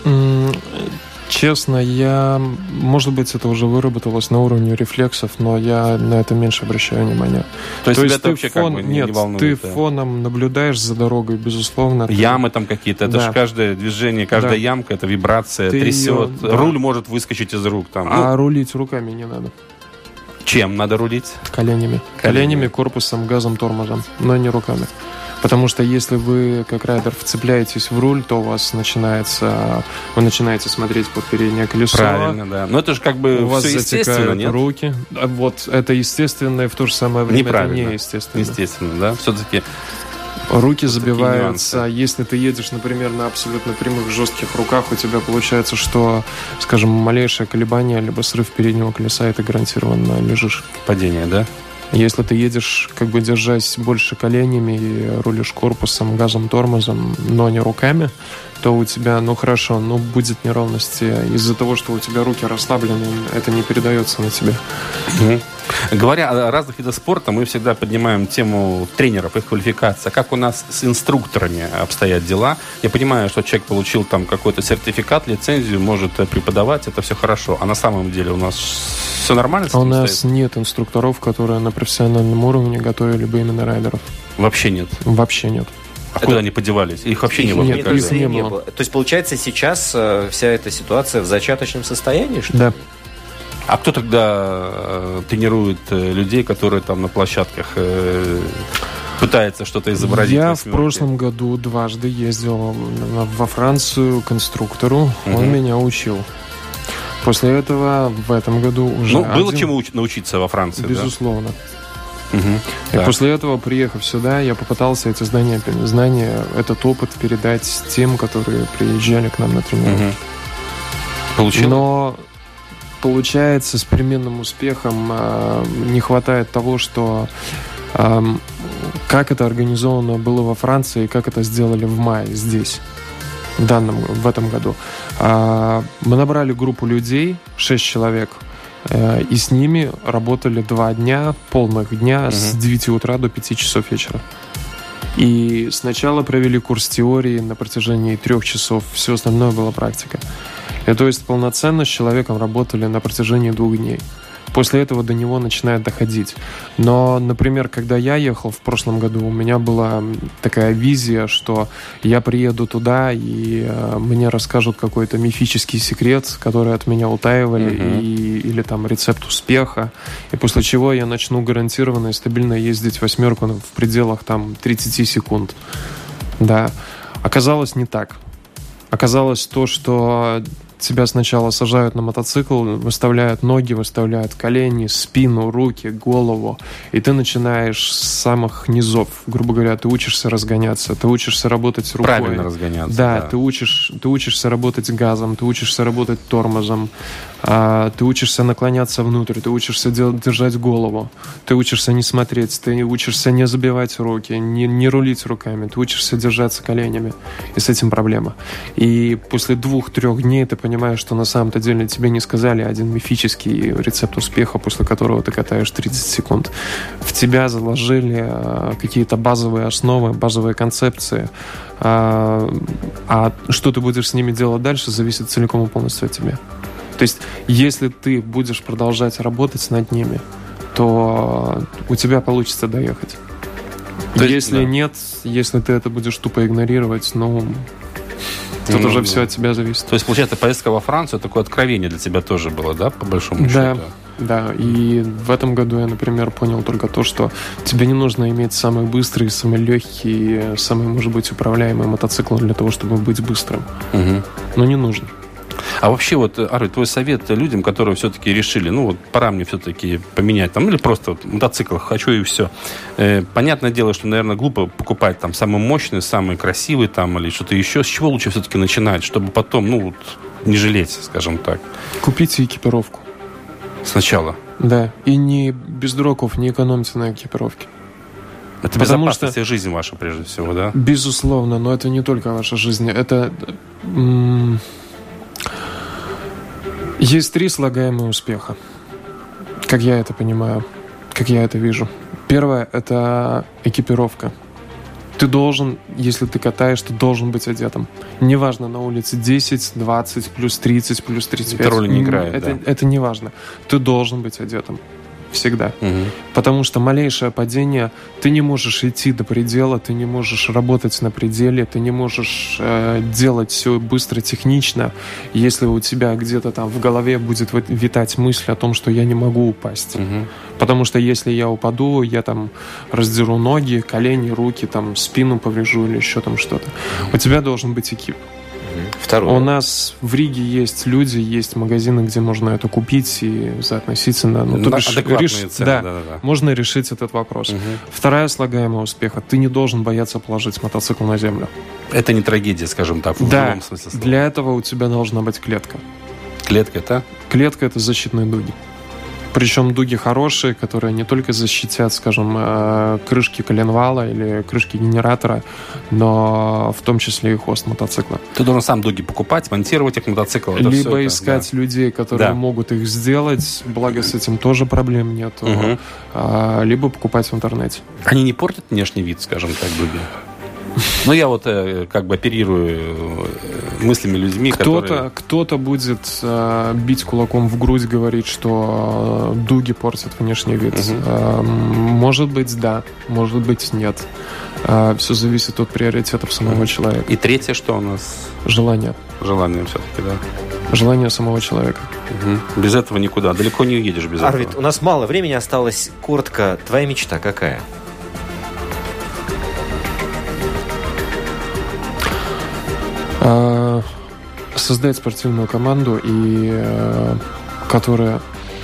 Честно, может быть, это уже выработалось на уровне рефлексов, но я на это меньше обращаю внимания. То есть тебя это вообще как бы не волнует? Ты фоном наблюдаешь за дорогой, безусловно. Ямы там какие-то, это же каждое движение, каждая ямка, это вибрация, трясет. Руль может выскочить из рук. Там. Рулить руками не надо. Чем надо рулить? Коленями, корпусом, газом, тормозом, но не руками. Потому что если вы, как райдер, вцепляетесь в руль, то вы начинаете смотреть под переднее колесо. Правильно, да. Но это же как бы у вас все естественно, нет? Руки. Вот это естественно, и в то же самое время это неестественно. Естественно, да. Все-таки руки забиваются. Если ты едешь, например, на абсолютно прямых, жестких руках, у тебя получается, что, скажем, малейшее колебание, либо срыв переднего колеса, и ты гарантированно лежишь. Падение, да? Если ты едешь, как бы держась больше коленями и рулишь корпусом, газом, тормозом, но не руками, то у тебя, будет неровности. Из-за того, что у тебя руки расслаблены, это не передается на тебе. Говоря о разных видах спорта, мы всегда поднимаем тему тренеров, их квалификации. Как у нас с инструкторами обстоят дела? Я понимаю, что человек получил там какой-то сертификат, лицензию, может преподавать, это все хорошо. А на самом деле у нас все нормально с этим у нас нет инструкторов, которые на профессиональном уровне готовили бы именно райдеров. Вообще нет? Вообще нет. А куда они подевались? Их вообще не было? Нет, их не было. То есть, получается, сейчас вся эта ситуация в зачаточном состоянии, что ли? Да. А кто тогда тренирует людей, которые там на площадках пытаются что-то изобразить? Я в прошлом году дважды ездил во Францию к инструктору. Он меня учил. После этого в этом году уже... было чему научиться во Франции? Безусловно. И после этого, приехав сюда, я попытался эти знания, этот опыт передать тем, которые приезжали к нам на тренировки. Получилось? Но получается с переменным успехом. Не хватает того, что как это организовано было во Франции и как это сделали в мае здесь, в этом году. Мы набрали группу людей, 6 человек, и с ними работали 2 дня, полных дня, с 9 утра до 5 часов вечера. И сначала провели курс теории на протяжении 3 часов, все остальное была практика. И то есть полноценно с человеком работали на протяжении 2 дней. После этого до него начинает доходить. Но, например, когда я ехал в прошлом году, у меня была такая визия, что я приеду туда, и мне расскажут какой-то мифический секрет, который от меня утаивали, или там рецепт успеха. И после чего я начну гарантированно и стабильно ездить 8 в пределах там 30 секунд. Да. Оказалось не так. Оказалось то, что тебя сначала сажают на мотоцикл, выставляют ноги, выставляют колени, спину, руки, голову. И ты начинаешь с самых низов. Грубо говоря, ты учишься разгоняться, ты учишься работать рукой. Правильно разгоняться. Да. Ты учишься работать газом, ты учишься работать тормозом, ты учишься наклоняться внутрь, ты учишься держать голову, ты учишься не смотреть, ты учишься не забивать руки, не рулить руками, ты учишься держаться коленями. И с этим проблема. И после 2-3 дней ты понимаешь, понимаешь, что на самом-то деле тебе не сказали один мифический рецепт успеха, после которого ты катаешь 30 секунд. В тебя заложили какие-то базовые основы, базовые концепции. А что ты будешь с ними делать дальше, зависит целиком и полностью от тебя. То есть, если ты будешь продолжать работать над ними, то у тебя получится доехать. Если нет, если ты это будешь тупо игнорировать, тут уже все от тебя зависит. То есть, получается, поездка во Францию такое откровение для тебя тоже было, да, по большому счету? Да, и в этом году я, например, понял только то, что тебе не нужно иметь самый быстрый, самый легкий, самый, может быть, управляемый мотоцикл для того, чтобы быть быстрым. Но не нужно. А вообще, Арвид, твой совет людям, которые все-таки решили, пора мне все-таки поменять, или просто мотоцикл хочу и все. Понятное дело, что, наверное, глупо покупать самый мощный, самый красивый или что-то еще. С чего лучше все-таки начинать, чтобы потом, не жалеть, скажем так? Купите экипировку. Сначала? Да, и не без дураков, не экономьте на экипировке. Это безопасность и жизнь ваша, прежде всего, да? Безусловно, но это не только ваша жизнь, это... Есть 3 слагаемые успеха, как я это понимаю, как я это вижу. Первое – это экипировка. Ты должен, если ты катаешь, ты должен быть одетым. Неважно, на улице 10, 20, плюс 30, плюс 35. Это роли не играет, это не важно. Ты должен быть одетым. Всегда. Потому что малейшее падение, ты не можешь идти до предела, ты не можешь работать на пределе, ты не можешь делать все быстро, технично, если у тебя где-то там в голове будет витать мысль о том, что я не могу упасть. Потому что если я упаду, я раздеру ноги, колени, руки, спину поврежу или еще что-то. У тебя должен быть экип. Второе. У нас в Риге есть люди, есть магазины, где можно это купить и за относительно... адекватные цены. Да. Можно решить этот вопрос. Вторая слагаемая успеха. Ты не должен бояться положить мотоцикл на землю. Это не трагедия, скажем так, в любом смысле слова. Для этого у тебя должна быть клетка. Клетка это? Клетка – это защитные дуги. Причем дуги хорошие, которые не только защитят, скажем, крышки коленвала или крышки генератора, но в том числе и хвост мотоцикла. Ты должен сам дуги покупать, монтировать их в мотоцикл. Либо искать людей, которые могут их сделать, благо с этим тоже проблем нет. Либо покупать в интернете. Они не портят внешний вид, скажем так, дуги? Я оперирую мыслями людьми, которые... Кто-то будет бить кулаком в грудь, говорить, что дуги портят внешний вид. Может быть, да, может быть, нет. Все зависит от приоритетов самого человека. И третье, что у нас? Желание. Желание все-таки, да. Желание самого человека. Без этого никуда. Далеко не уедешь без этого. Арвид, у нас мало времени осталось. Коротко, твоя мечта какая? Создать спортивную команду, которая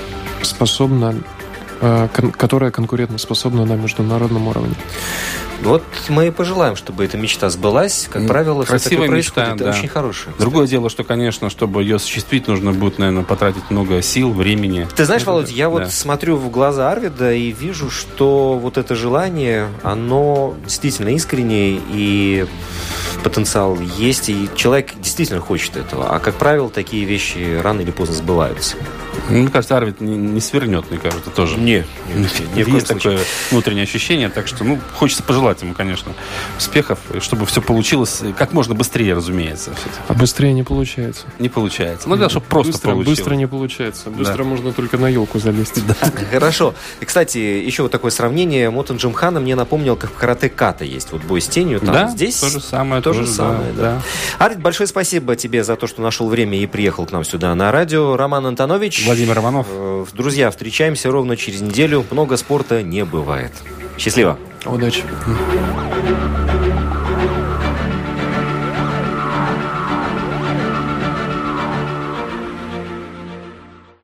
конкурентоспособна на международном уровне. Вот мы и пожелаем, чтобы эта мечта сбылась. Как правило, все такое происходит. Это очень хорошее. Другое дело, что, конечно, чтобы ее осуществить, нужно будет, наверное, потратить много сил, времени. Ты знаешь, Володя, я смотрю в глаза Арвида и вижу, что вот это желание, оно действительно искреннее, и потенциал есть, и человек действительно хочет этого. А, как правило, такие вещи рано или поздно сбываются. Мне кажется, Арвид не свернет, мне кажется, тоже. Нет, есть такое внутреннее ощущение, так что, хочется пожелать ему, конечно, успехов, чтобы все получилось как можно быстрее, разумеется. А быстрее не получается. Не получается. Да, чтобы просто получилось. Быстро не получается. Быстро можно только на елку залезть. Да. Хорошо. И, кстати, еще вот такое сравнение. Мотон Джимхана мне напомнил, как в карате-ката есть. Вот бой с тенью. Там, здесь то же самое. Да. Арвид, большое спасибо тебе за то, что нашел время и приехал к нам сюда на радио. Роман Антонович. Владимир Романов. Друзья, встречаемся ровно через неделю. Много спорта не бывает. Счастливо. Удачи.